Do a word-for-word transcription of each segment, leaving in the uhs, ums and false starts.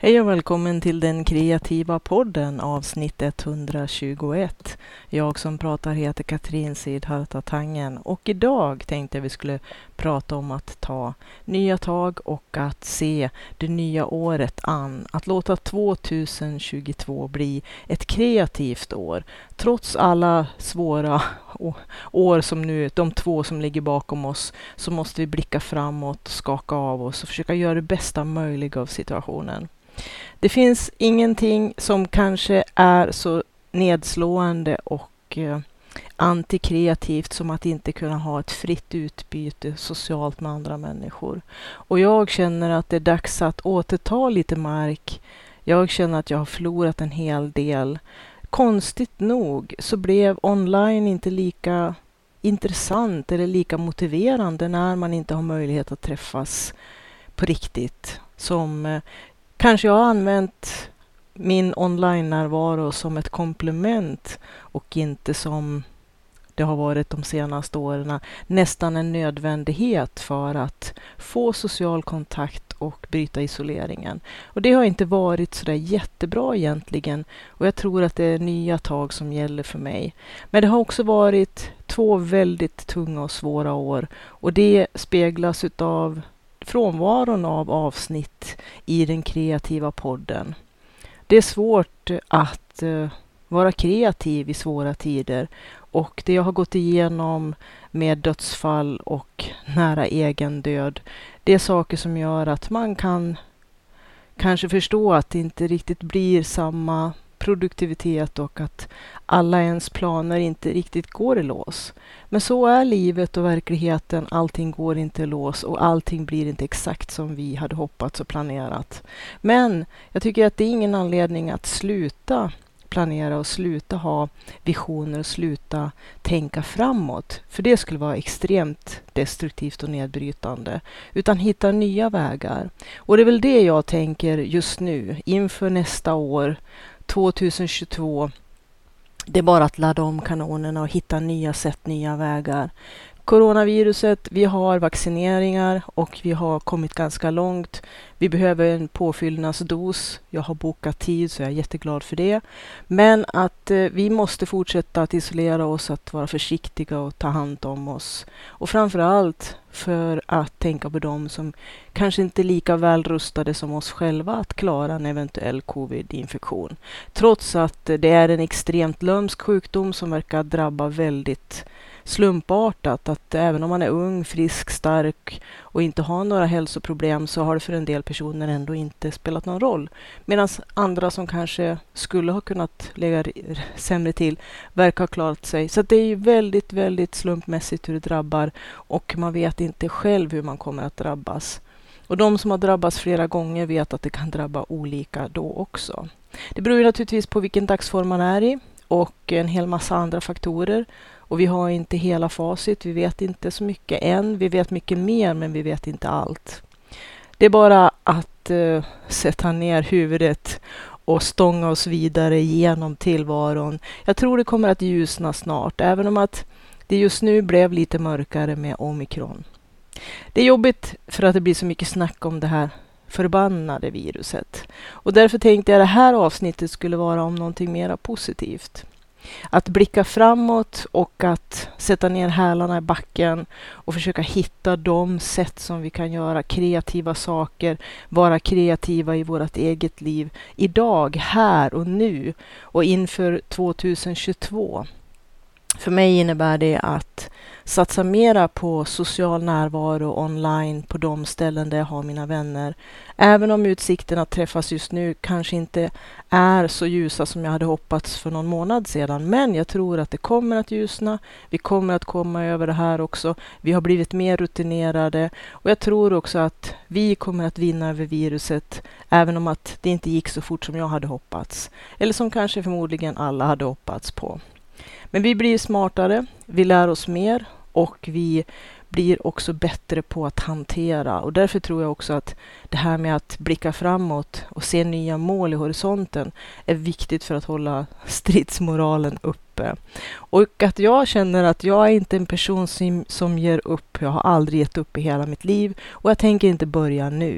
Hej och välkommen till den kreativa podden avsnitt etthundratjugoett. Jag som pratar heter Katrin Sidharta Tangen och idag tänkte jag vi skulle prata om att ta nya tag och att se det nya året an. Att låta tjugohundratjugotvå bli ett kreativt år. Trots alla svåra år som nu, de två som ligger bakom oss, så måste vi blicka framåt, skaka av oss och försöka göra det bästa möjliga av situationen. Det finns ingenting som kanske är så nedslående och eh, antikreativt som att inte kunna ha ett fritt utbyte socialt med andra människor. Och jag känner att det är dags att återta lite mark. Jag känner att jag har förlorat en hel del. Konstigt nog så blev online inte lika intressant eller lika motiverande när man inte har möjlighet att träffas på riktigt som eh, Kanske jag har använt min online-närvaro som ett komplement och inte som det har varit de senaste åren, nästan en nödvändighet för att få social kontakt och bryta isoleringen. Och det har inte varit så där jättebra egentligen och jag tror att det är nya tag som gäller för mig. Men det har också varit två väldigt tunga och svåra år och det speglas utav frånvaron av avsnitt i den kreativa podden. Det är svårt att uh, vara kreativ i svåra tider och det jag har gått igenom med dödsfall och nära egen död, det är saker som gör att man kan kanske förstå att det inte riktigt blir samma produktivitet och att alla ens planer inte riktigt går i lås. Men så är livet och verkligheten. Allting går inte i lås och allting blir inte exakt som vi hade hoppats och planerat. Men jag tycker att det är ingen anledning att sluta planera och sluta ha visioner och sluta tänka framåt. För det skulle vara extremt destruktivt och nedbrytande. Utan hitta nya vägar. Och det är väl det jag tänker just nu inför nästa år tjugohundratjugotvå. Det är bara att ladda om kanonerna och hitta nya sätt, nya vägar. Coronaviruset, vi har vaccineringar och vi har kommit ganska långt. Vi behöver en påfyllnadsdos. Jag har bokat tid så jag är jätteglad för det. Men att eh, vi måste fortsätta att isolera oss, att vara försiktiga och ta hand om oss. Och framförallt för att tänka på dem som kanske inte är lika väl rustade som oss själva att klara en eventuell covid-infektion. Trots att det är en extremt lömsk sjukdom som verkar drabba väldigt slumpartat, att även om man är ung, frisk, stark och inte har några hälsoproblem så har det för en del personer ändå inte spelat någon roll. Medan andra som kanske skulle ha kunnat lägga sämre till verkar ha klarat sig. Så det är ju väldigt, väldigt slumpmässigt hur det drabbar och man vet inte själv hur man kommer att drabbas. Och de som har drabbats flera gånger vet att det kan drabba olika då också. Det beror ju naturligtvis på vilken dagsform man är i och en hel massa andra faktorer. Och vi har inte hela facit, vi vet inte så mycket än. Vi vet mycket mer men vi vet inte allt. Det är bara att uh, sätta ner huvudet och stånga oss vidare genom tillvaron. Jag tror det kommer att ljusna snart, även om att det just nu blev lite mörkare med omikron. Det är jobbigt för att det blir så mycket snack om det här förbannade viruset. Och därför tänkte jag att det här avsnittet skulle vara om någonting mer positivt. Att blicka framåt och att sätta ner hälarna i backen och försöka hitta de sätt som vi kan göra kreativa saker, vara kreativa i vårt eget liv idag, här och nu och inför tjugohundratjugotvå. För mig innebär det att satsa mera på social närvaro online på de ställen där jag har mina vänner. Även om utsikten att träffas just nu kanske inte är så ljusa som jag hade hoppats för någon månad sedan. Men jag tror att det kommer att ljusna. Vi kommer att komma över det här också. Vi har blivit mer rutinerade. Och jag tror också att vi kommer att vinna över viruset. Även om att det inte gick så fort som jag hade hoppats. Eller som kanske förmodligen alla hade hoppats på. Men vi blir smartare, vi lär oss mer och vi blir också bättre på att hantera. Och därför tror jag också att det här med att blicka framåt och se nya mål i horisonten är viktigt för att hålla stridsmoralen uppe. Och att jag känner att jag är inte en person som, som ger upp. Jag har aldrig gett upp i hela mitt liv och jag tänker inte börja nu.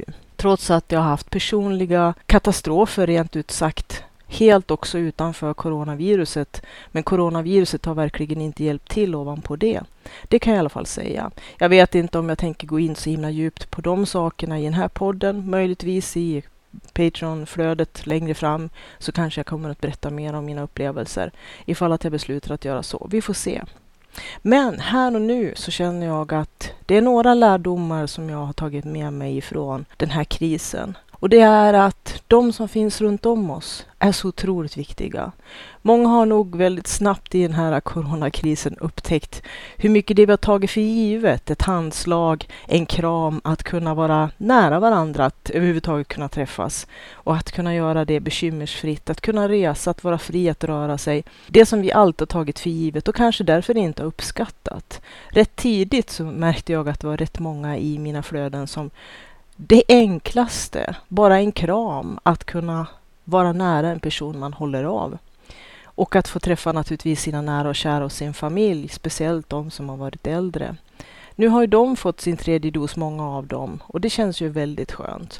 Trots att jag har haft personliga katastrofer rent ut sagt, helt också utanför coronaviruset. Men coronaviruset har verkligen inte hjälpt till ovanpå det. Det kan jag i alla fall säga. Jag vet inte om jag tänker gå in så himla djupt på de sakerna i den här podden. Möjligtvis i Patreon-flödet längre fram så kanske jag kommer att berätta mer om mina upplevelser ifall att jag beslutar att göra så. Vi får se. Men här och nu så känner jag att det är några lärdomar som jag har tagit med mig ifrån den här krisen. Och det är att de som finns runt om oss är så otroligt viktiga. Många har nog väldigt snabbt i den här coronakrisen upptäckt hur mycket det vi har tagit för givet. Ett handslag, en kram, att kunna vara nära varandra, att överhuvudtaget kunna träffas. Och att kunna göra det bekymmersfritt, att kunna resa, att vara fri att röra sig. Det som vi alltid har tagit för givet och kanske därför inte har uppskattat. Rätt tidigt så märkte jag att det var rätt många i mina flöden som det enklaste, bara en kram, att kunna vara nära en person man håller av. Och att få träffa naturligtvis sina nära och kära och sin familj, speciellt de som har varit äldre. Nu har ju de fått sin tredje dos, många av dem, och det känns ju väldigt skönt.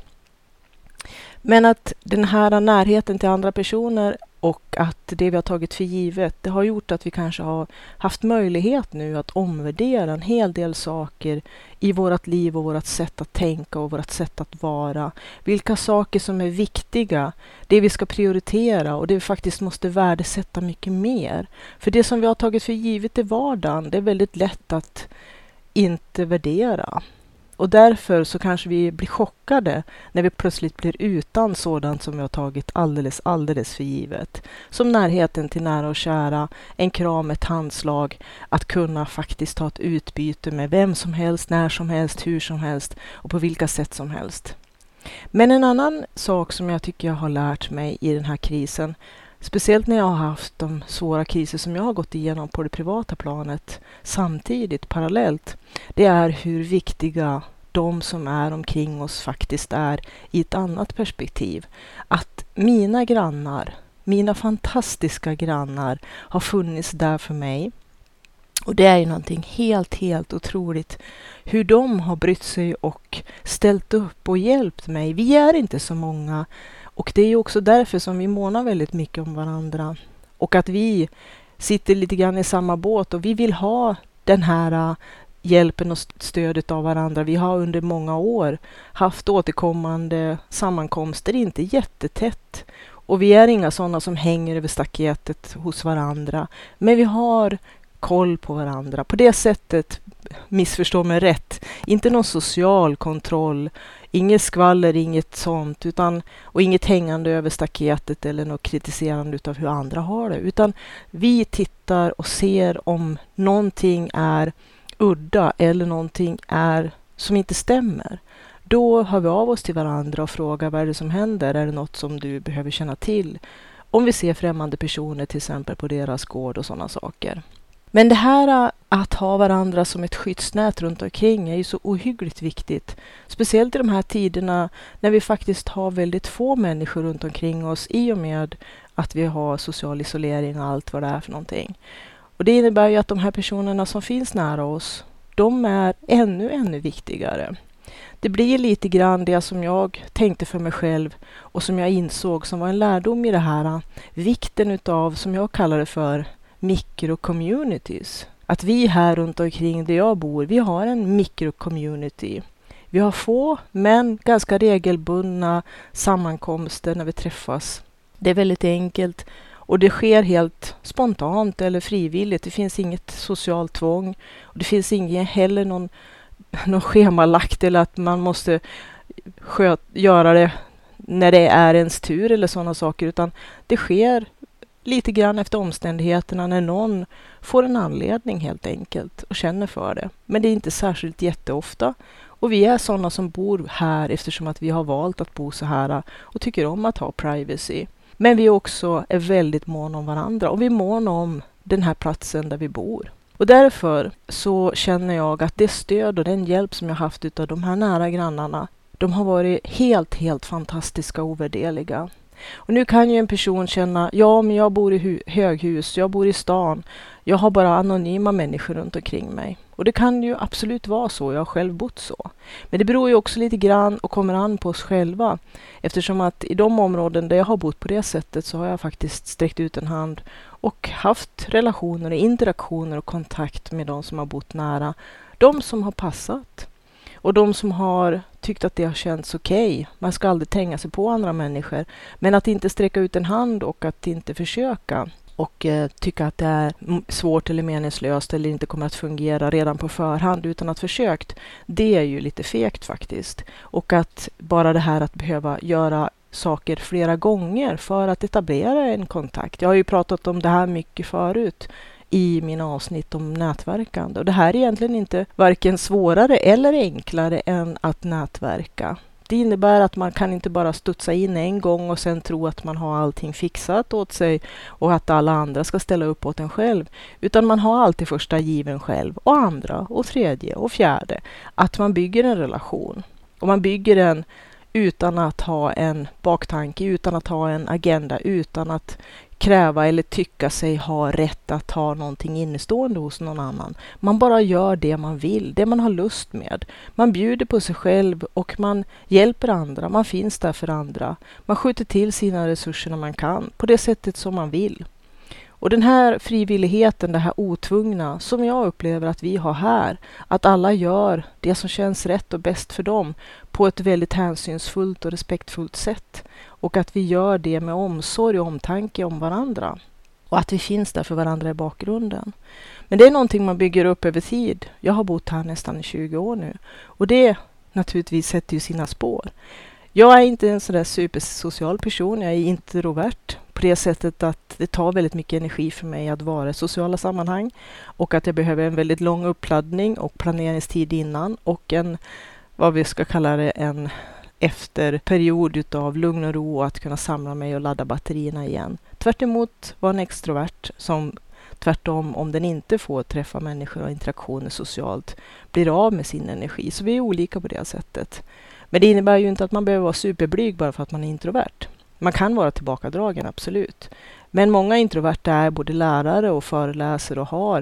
Men att den här närheten till andra personer och att det vi har tagit för givet, det har gjort att vi kanske har haft möjlighet nu att omvärdera en hel del saker i vårt liv och vårt sätt att tänka och vårt sätt att vara. Vilka saker som är viktiga, det vi ska prioritera och det vi faktiskt måste värdesätta mycket mer. För det som vi har tagit för givet i vardagen, det är väldigt lätt att inte värdera. Och därför så kanske vi blir chockade när vi plötsligt blir utan sådant som vi har tagit alldeles, alldeles för givet. Som närheten till nära och kära, en kram, ett handslag, att kunna faktiskt ha ett utbyte med vem som helst, när som helst, hur som helst och på vilka sätt som helst. Men en annan sak som jag tycker jag har lärt mig i den här krisen, speciellt när jag har haft de svåra kriser som jag har gått igenom på det privata planet samtidigt, parallellt, det är hur viktiga de som är omkring oss faktiskt är i ett annat perspektiv. Att mina grannar, mina fantastiska grannar har funnits där för mig. Och det är ju någonting helt, helt otroligt hur de har brytt sig och ställt upp och hjälpt mig. Vi är inte så många. Och det är ju också därför som vi månar väldigt mycket om varandra. Och att vi sitter lite grann i samma båt och vi vill ha den här hjälpen och stödet av varandra. Vi har under många år haft återkommande sammankomster, inte jättetätt. Och vi är inga sådana som hänger över staketet hos varandra. Men vi har koll på varandra. På det sättet, missförstå mig rätt, inte någon social kontroll. Inget skvaller, inget sånt, utan, och inget hängande över staketet eller något kritiserande av hur andra har det. Utan vi tittar och ser om någonting är udda eller någonting är som inte stämmer. Då hör vi av oss till varandra och frågar vad är det som händer? Är det något som du behöver känna till? Om vi ser främmande personer till exempel på deras gård och sådana saker. Men det här att ha varandra som ett skyddsnät runt omkring är ju så ohyggligt viktigt. Speciellt i de här tiderna när vi faktiskt har väldigt få människor runt omkring oss i och med att vi har social isolering och allt vad det är för någonting. Och det innebär ju att de här personerna som finns nära oss, de är ännu, ännu viktigare. Det blir lite grann det som jag tänkte för mig själv och som jag insåg som var en lärdom i det här. Vikten utav, som jag kallar det för, mikrocommunities. Att vi här runt omkring där jag bor, vi har en mikrocommunity. Vi har få men ganska regelbundna sammankomster när vi träffas. Det är väldigt enkelt och det sker helt spontant eller frivilligt. Det finns inget socialt tvång och det finns ingen heller någon, någon schemalagt eller att man måste sköt, göra det när det är ens tur eller sådana saker, utan det sker lite grann efter omständigheterna när någon får en anledning helt enkelt och känner för det. Men det är inte särskilt jätteofta. Och vi är sådana som bor här eftersom att vi har valt att bo så här och tycker om att ha privacy. Men vi också är väldigt måna om varandra och vi månar om den här platsen där vi bor. Och därför så känner jag att det stöd och den hjälp som jag haft av de här nära grannarna, de har varit helt, helt fantastiska och ovärderliga. Och nu kan ju en person känna, ja men jag bor i hu- höghus, jag bor i stan, jag har bara anonyma människor runt omkring mig. Och det kan ju absolut vara så, jag har själv bott så. Men det beror ju också lite grann och kommer an på oss själva. Eftersom att i de områden där jag har bott på det sättet så har jag faktiskt sträckt ut en hand och haft relationer, interaktioner och kontakt med de som har bott nära. De som har passat. Och de som har tyckt att det har känts okej. Okay. Man ska aldrig tränga sig på andra människor. Men att inte sträcka ut en hand och att inte försöka. Och eh, tycka att det är svårt eller meningslöst eller inte kommer att fungera redan på förhand utan att försökt. Det är ju lite fegt faktiskt. Och att bara det här att behöva göra saker flera gånger för att etablera en kontakt. Jag har ju pratat om det här mycket förut i mina avsnitt om nätverkande. Och det här är egentligen inte varken svårare eller enklare än att nätverka. Det innebär att man kan inte bara studsa in en gång och sen tro att man har allting fixat åt sig och att alla andra ska ställa upp åt en själv. Utan man har alltid första given själv och andra och tredje och fjärde. Att man bygger en relation. Och man bygger den utan att ha en baktanke, utan att ha en agenda, utan att kräva eller tycka sig ha rätt att ha någonting innestående hos någon annan. Man bara gör det man vill, det man har lust med. Man bjuder på sig själv och man hjälper andra, man finns där för andra. Man skjuter till sina resurser när man kan, på det sättet som man vill. Och den här frivilligheten, det här otvungna som jag upplever att vi har här, att alla gör det som känns rätt och bäst för dem på ett väldigt hänsynsfullt och respektfullt sätt. Och att vi gör det med omsorg och omtanke om varandra. Och att vi finns där för varandra i bakgrunden. Men det är någonting man bygger upp över tid. Jag har bott här nästan i tjugo år nu. Och det naturligtvis sätter ju sina spår. Jag är inte en sådär supersocial person. Jag är introvert på det sättet att det tar väldigt mycket energi för mig att vara i sociala sammanhang. Och att jag behöver en väldigt lång uppladdning och planeringstid innan. Och en, vad vi ska kalla det, en efter period utav lugn och ro och att kunna samla mig och ladda batterierna igen. Tvärt emot var en extrovert som tvärtom, om den inte får träffa människor och interaktioner socialt, blir av med sin energi. Så vi är olika på det sättet. Men det innebär ju inte att man behöver vara superblyg bara för att man är introvert. Man kan vara tillbakadragen, absolut. Men många introverta är både lärare och föreläsare och har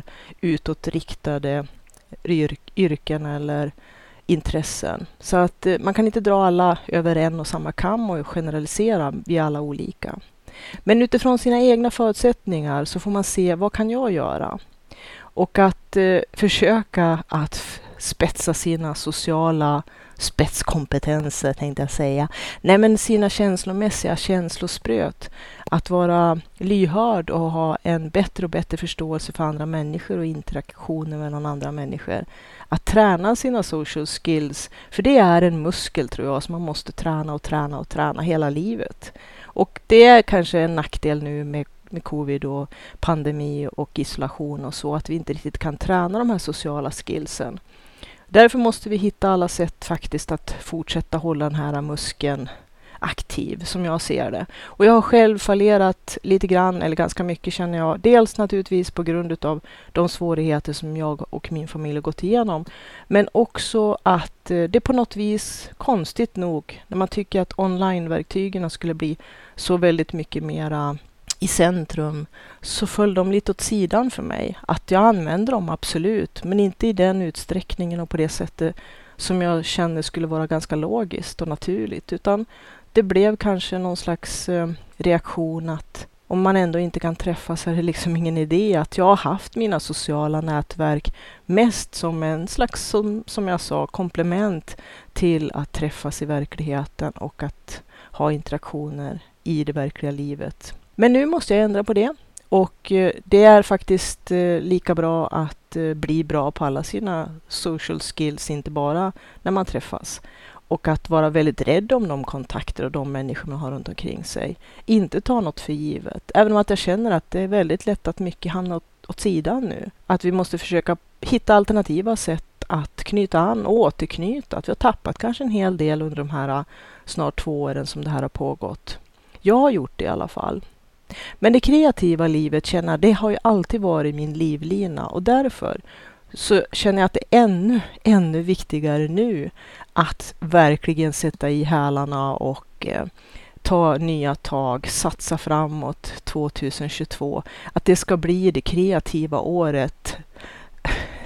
utåtriktade yr- yrken eller intressen. Så att eh, man kan inte dra alla över en och samma kam och generalisera, vi är alla olika. Men utifrån sina egna förutsättningar så får man se, vad kan jag göra? Och att eh, försöka att f- spetsa sina sociala spetskompetenser, tänkte jag säga. Nej, men sina känslomässiga känslospröt. Att vara lyhörd och ha en bättre och bättre förståelse för andra människor och interaktioner mellan andra människor. Att träna sina social skills, för det är en muskel tror jag som man måste träna och träna och träna hela livet. Och det är kanske en nackdel nu med med covid och pandemi och isolation och så, att vi inte riktigt kan träna de här sociala skillsen. Därför måste vi hitta alla sätt faktiskt att fortsätta hålla den här muskeln aktiv, som jag ser det. Och jag har själv fallerat lite grann, eller ganska mycket känner jag. Dels naturligtvis på grund av de svårigheter som jag och min familj har gått igenom. Men också att det på något vis, konstigt nog, när man tycker att online-verktygen skulle bli så väldigt mycket mera i centrum, så föll de lite åt sidan för mig. Att jag använder dem absolut, men inte i den utsträckningen och på det sättet som jag kände skulle vara ganska logiskt och naturligt. Utan det blev kanske någon slags eh, reaktion att om man ändå inte kan träffas är det liksom ingen idé. Att jag har haft mina sociala nätverk mest som en slags, som, som jag sa, komplement till att träffas i verkligheten och att ha interaktioner i det verkliga livet. Men nu måste jag ändra på det. Och eh, det är faktiskt eh, lika bra att eh, bli bra på alla sina social skills, inte bara när man träffas. Och att vara väldigt rädd om de kontakter och de människor man har runt omkring sig. Inte ta något för givet. Även om att jag känner att det är väldigt lätt att mycket hamnar åt, åt sidan nu. Att vi måste försöka hitta alternativa sätt att knyta an och återknyta. Att vi har tappat kanske en hel del under de här snart två åren som det här har pågått. Jag har gjort det i alla fall. Men det kreativa livet känner det har ju alltid varit min livlina. Och därför så känner jag att det är ännu, ännu viktigare nu att verkligen sätta i hälarna och eh, ta nya tag, satsa framåt tjugohundratjugotvå. Att det ska bli det kreativa året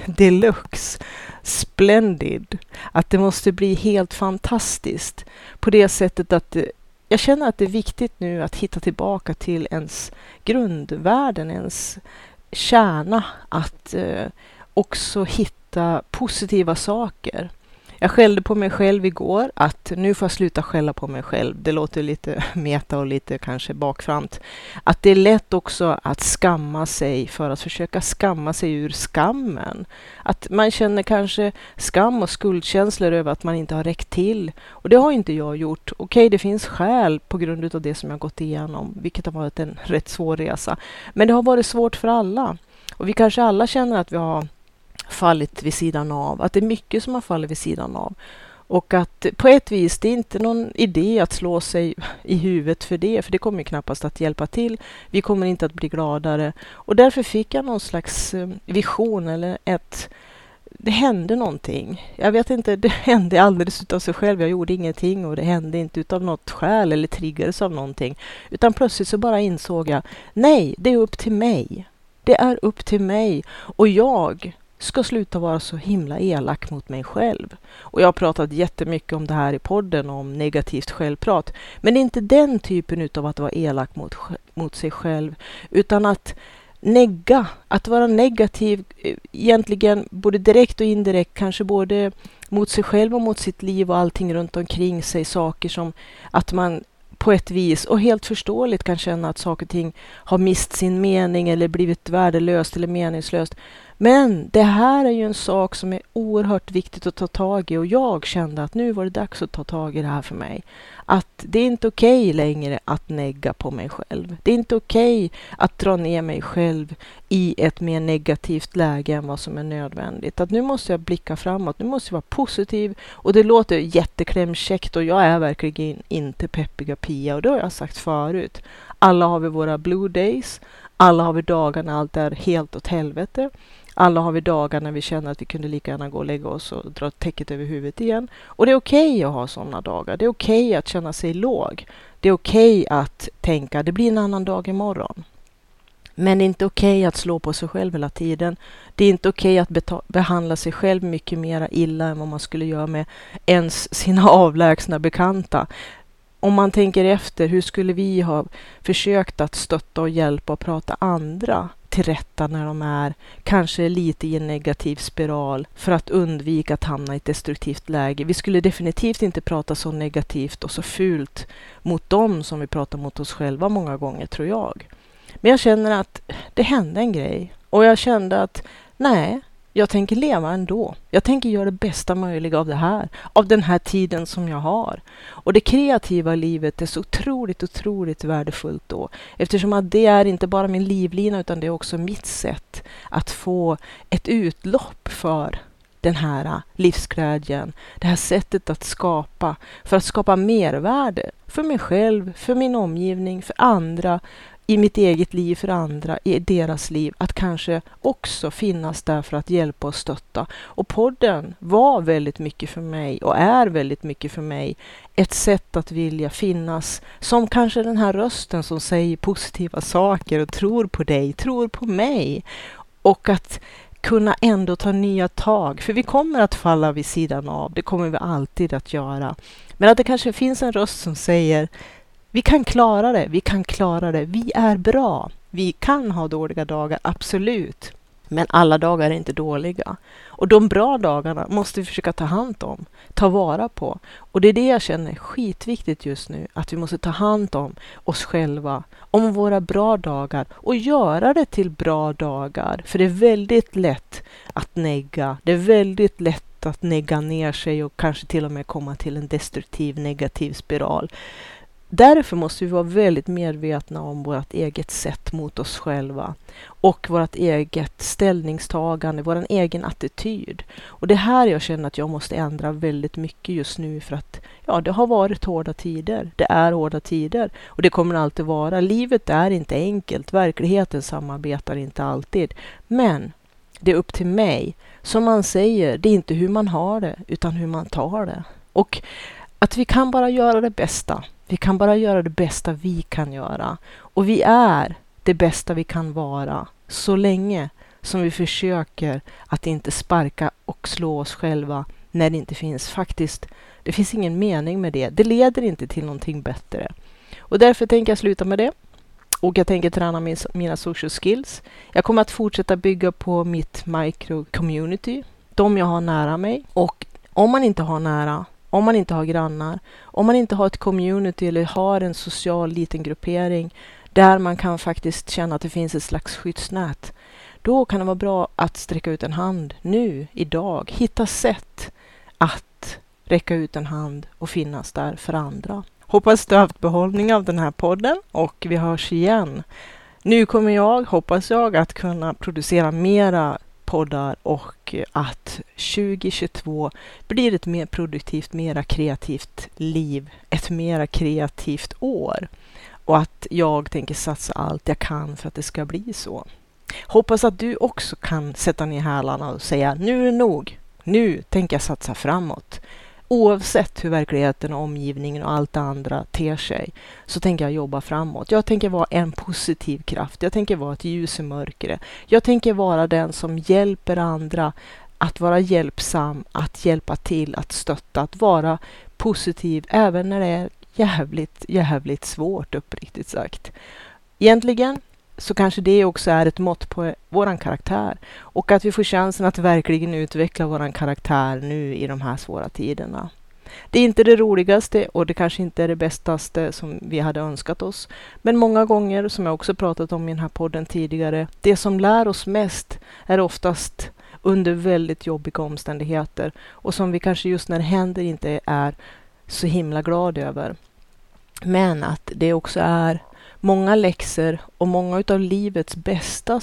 deluxe, splendid. Att det måste bli helt fantastiskt. På det sättet att det, jag känner att det är viktigt nu att hitta tillbaka till ens grundvärden, ens kärna. Att eh, också hitta positiva saker. Jag skällde på mig själv igår att nu får jag sluta skälla på mig själv. Det låter lite meta och lite kanske bakframt. Att det är lätt också att skamma sig för att försöka skamma sig ur skammen. Att man känner kanske skam och skuldkänslor över att man inte har räckt till. Och det har inte jag gjort. Okej, det finns skäl på grund av det som jag gått igenom, vilket har varit en rätt svår resa. Men det har varit svårt för alla. Och vi kanske alla känner att vi har fallit vid sidan av. Att det är mycket som har fallit vid sidan av. Och att på ett vis, det är inte någon idé att slå sig i huvudet för det. För det kommer knappast att hjälpa till. Vi kommer inte att bli gladare. Och därför fick jag någon slags vision eller ett... Det hände någonting. Jag vet inte, det hände alldeles utav sig själv. Jag gjorde ingenting och det hände inte utav något skäl eller triggades av någonting. Utan plötsligt så bara insåg jag, nej, det är upp till mig. Det är upp till mig. Och jag ska sluta vara så himla elak mot mig själv. Och jag har pratat jättemycket om det här i podden, om negativt självprat. Men det är inte den typen utav att vara elak mot, mot sig själv. Utan att negga, att vara negativ egentligen både direkt och indirekt, kanske både mot sig själv och mot sitt liv och allting runt omkring sig. Saker som att man på ett vis och helt förståeligt kan känna att saker och ting har mist sin mening eller blivit värdelöst eller meningslöst. Men det här är ju en sak som är oerhört viktigt att ta tag i och jag kände att nu var det dags att ta tag i det här för mig. Att det är inte okej längre att negga på mig själv. Det är inte okej att dra ner mig själv i ett mer negativt läge än vad som är nödvändigt. Att nu måste jag blicka framåt, nu måste jag vara positiv och det låter jätteklämkäckt och jag är verkligen inte peppiga Pia och det har jag sagt förut. Alla har vi våra blue days, alla har vi dagar när allt är helt åt helvete. Alla har vi dagar när vi känner att vi kunde lika gärna gå och lägga oss och dra täcket över huvudet igen. Och det är okej okay att ha sådana dagar. Det är okej okay att känna sig låg. Det är okej okay att tänka det blir en annan dag imorgon. Men det är inte okej okay att slå på sig själv hela tiden. Det är inte okej okay att beta- behandla sig själv mycket mer illa än vad man skulle göra med ens sina avlägsna bekanta. Om man tänker efter, hur skulle vi ha försökt att stötta och hjälpa och prata andra till rätta när de är kanske lite i en negativ spiral för att undvika att hamna i ett destruktivt läge. Vi skulle definitivt inte prata så negativt och så fult mot dem som vi pratar mot oss själva många gånger, tror jag. Men jag känner att det hände en grej och jag kände att nej, jag tänker leva ändå. Jag tänker göra det bästa möjliga av det här. Av den här tiden som jag har. Och det kreativa livet är så otroligt, otroligt värdefullt då. Eftersom att det är inte bara min livlina utan det är också mitt sätt att få ett utlopp för den här livsglädjen. Det här sättet att skapa. För att skapa mervärde för mig själv, för min omgivning, för andra. I mitt eget liv för andra, i deras liv, att kanske också finnas där för att hjälpa och stötta. Och podden var väldigt mycket för mig och är väldigt mycket för mig ett sätt att vilja finnas som kanske den här rösten som säger positiva saker och tror på dig, tror på mig. Och att kunna ändå ta nya tag, för vi kommer att falla vid sidan av, det kommer vi alltid att göra. Men att det kanske finns en röst som säger vi kan klara det, vi kan klara det, vi är bra. Vi kan ha dåliga dagar, absolut. Men alla dagar är inte dåliga. Och de bra dagarna måste vi försöka ta hand om, ta vara på. Och det är det jag känner skitviktigt just nu. Att vi måste ta hand om oss själva, om våra bra dagar och göra det till bra dagar. För det är väldigt lätt att negga, det är väldigt lätt att negga ner sig och kanske till och med komma till en destruktiv negativ spiral. Därför måste vi vara väldigt medvetna om vårt eget sätt mot oss själva och vårt eget ställningstagande, vår egen attityd. Och det här jag känner att jag måste ändra väldigt mycket just nu för att ja, det har varit hårda tider. Det är hårda tider och det kommer alltid vara. Livet är inte enkelt, verkligheten samarbetar inte alltid. Men det är upp till mig. Som man säger, det är inte hur man har det utan hur man tar det. Och att vi kan bara göra det bästa. Vi kan bara göra det bästa vi kan göra. Och vi är det bästa vi kan vara så länge som vi försöker att inte sparka och slå oss själva när det inte finns faktiskt, det finns ingen mening med det. Det leder inte till någonting bättre. Och därför tänker jag sluta med det. Och jag tänker träna min, mina social skills. Jag kommer att fortsätta bygga på mitt micro-community. De jag har nära mig. Och om man inte har nära, om man inte har grannar, om man inte har ett community eller har en social liten gruppering där man kan faktiskt känna att det finns ett slags skyddsnät. Då kan det vara bra att sträcka ut en hand nu, idag. Hitta sätt att räcka ut en hand och finnas där för andra. Hoppas du har haft behållning av den här podden och vi hörs igen. Nu kommer jag, hoppas jag, att kunna producera mera poddar och att tjugo tjugotvå blir ett mer produktivt, mera kreativt liv. Ett mera kreativt år. Och att jag tänker satsa allt jag kan för att det ska bli så. Hoppas att du också kan sätta ner hälarna och säga nu är det nog. Nu tänker jag satsa framåt. Oavsett hur verkligheten och omgivningen och allt det andra ter sig så tänker jag jobba framåt. Jag tänker vara en positiv kraft. Jag tänker vara ett ljus i mörkret. Jag tänker vara den som hjälper andra att vara hjälpsam, att hjälpa till, att stötta, att vara positiv även när det är jävligt, jävligt svårt, uppriktigt sagt. Egentligen så kanske det också är ett mått på våran karaktär. Och att vi får chansen att verkligen utveckla våran karaktär nu i de här svåra tiderna. Det är inte det roligaste och det kanske inte är det bästaste som vi hade önskat oss. Men många gånger, som jag också pratat om i den här podden tidigare, det som lär oss mest är oftast under väldigt jobbiga omständigheter. Och som vi kanske just när det händer inte är så himla glad över. Men att det också är många läxor och många av livets bästa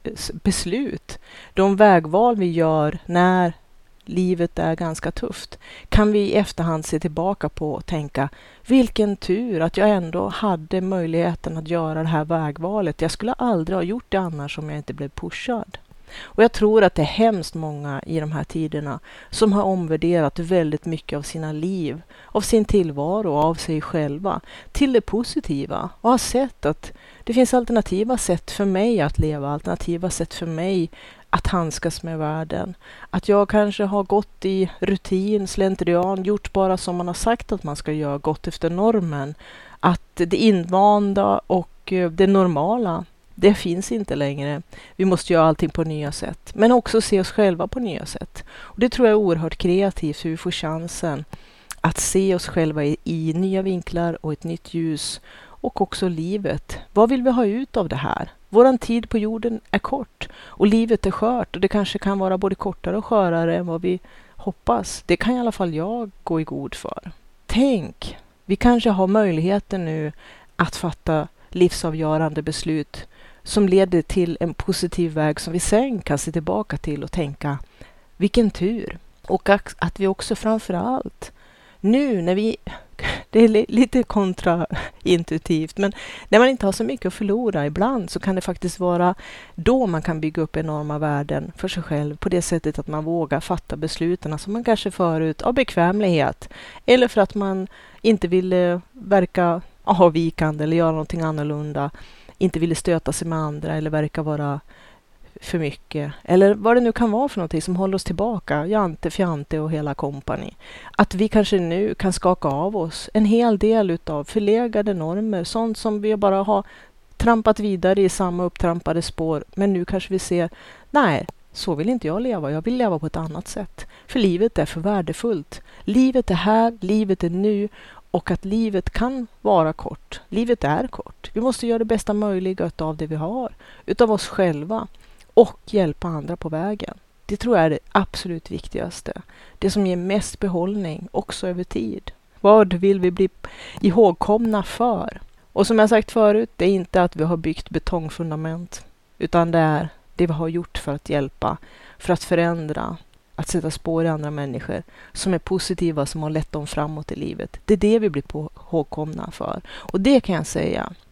beslut, de vägval vi gör när livet är ganska tufft, kan vi i efterhand se tillbaka på och tänka vilken tur att jag ändå hade möjligheten att göra det här vägvalet. Jag skulle aldrig ha gjort det annars om jag inte blev pushad. Och jag tror att det är hemskt många i de här tiderna som har omvärderat väldigt mycket av sina liv, av sin tillvaro och av sig själva till det positiva och har sett att det finns alternativa sätt för mig att leva, alternativa sätt för mig att handskas med världen. Att jag kanske har gått i rutin, slentrian, gjort bara som man har sagt att man ska göra, gått efter normen. Att det invanda och det normala, det finns inte längre. Vi måste göra allting på nya sätt. Men också se oss själva på nya sätt. Och det tror jag är oerhört kreativt, hur vi får chansen att se oss själva i, i nya vinklar och ett nytt ljus. Och också livet. Vad vill vi ha ut av det här? Våran tid på jorden är kort. Och livet är skört. Och det kanske kan vara både kortare och skörare än vad vi hoppas. Det kan i alla fall jag gå i god för. Tänk, vi kanske har möjligheten nu att fatta livsavgörande beslut som leder till en positiv väg som vi sen kan se tillbaka till och tänka vilken tur. Och att vi också framför allt nu när vi, det är lite kontraintuitivt, men när man inte har så mycket att förlora ibland så kan det faktiskt vara då man kan bygga upp enorma värden för sig själv på det sättet att man vågar fatta besluten som man kanske förut av bekvämlighet eller för att man inte ville verka avvikande eller göra någonting annorlunda, inte ville stöta sig med andra eller verka vara för mycket. Eller vad det nu kan vara för någonting som håller oss tillbaka. Jante, fjante och hela kompani. Att vi kanske nu kan skaka av oss en hel del utav förlegade normer. Sånt som vi bara har trampat vidare i samma upptrampade spår. Men nu kanske vi ser, nej, så vill inte jag leva. Jag vill leva på ett annat sätt. För livet är för värdefullt. Livet är här, livet är nu. Och att livet kan vara kort. Livet är kort. Vi måste göra det bästa möjliga av det vi har. Utav oss själva. Och hjälpa andra på vägen. Det tror jag är det absolut viktigaste. Det som ger mest behållning också över tid. Vad vill vi bli ihågkomna för? Och som jag sagt förut, det är inte att vi har byggt betongfundament. Utan det är det vi har gjort för att hjälpa. För att förändra. Att sätta spår i andra människor som är positiva, som har lett dem framåt i livet. Det är det vi blir ihågkomna för. Och det kan jag säga.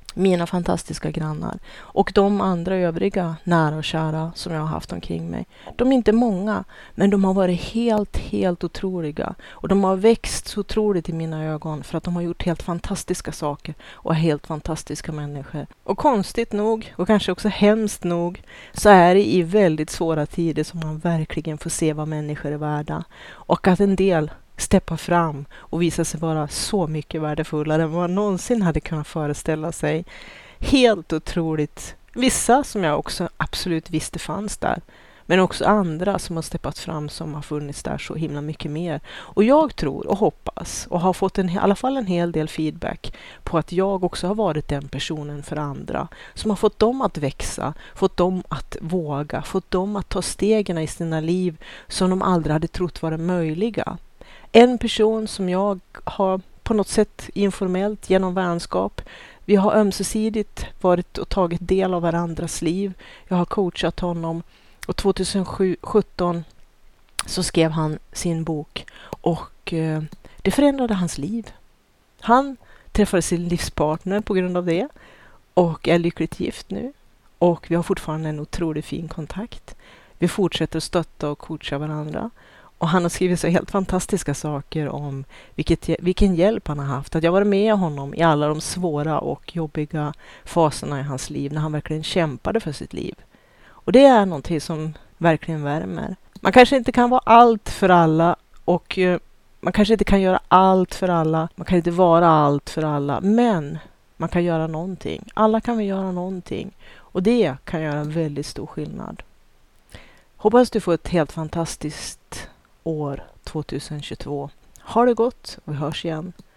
mina fantastiska grannar och de andra övriga nära och kära som jag har haft omkring mig. De är inte många, men de har varit helt, helt otroliga. Och de har växt så otroligt i mina ögon för att de har gjort helt fantastiska saker och är helt fantastiska människor. Och konstigt nog, och kanske också hemskt nog, så är det i väldigt svåra tider som man verkligen får se vad människor är värda. Och att en del steppa fram och visa sig vara så mycket värdefullare än vad man någonsin hade kunnat föreställa sig. Helt otroligt. Vissa som jag också absolut visste fanns där. Men också andra som har steppat fram som har funnits där så himla mycket mer. Och jag tror och hoppas och har fått en, i alla fall en hel del feedback på att jag också har varit den personen för andra. Som har fått dem att växa, fått dem att våga, fått dem att ta stegen i sina liv som de aldrig hade trott vara möjliga. En person som jag har på något sätt informellt genom vänskap. Vi har ömsesidigt varit och tagit del av varandras liv. Jag har coachat honom och tjugohundrasjutton så skrev han sin bok och eh, det förändrade hans liv. Han träffade sin livspartner på grund av det och är lyckligt gift nu. Och vi har fortfarande en otroligt fin kontakt. Vi fortsätter stötta och coacha varandra. Och han har skrivit så helt fantastiska saker om vilket, vilken hjälp han har haft. Att jag var med honom i alla de svåra och jobbiga faserna i hans liv när han verkligen kämpade för sitt liv. Och det är någonting som verkligen värmer. Man kanske inte kan vara allt för alla och uh, man kanske inte kan göra allt för alla. Man kan inte vara allt för alla, men man kan göra någonting. Alla kan vi göra någonting och det kan göra en väldigt stor skillnad. Hoppas du får ett helt fantastiskt år tjugohundratjugotvå. Ha det gott och vi hörs igen.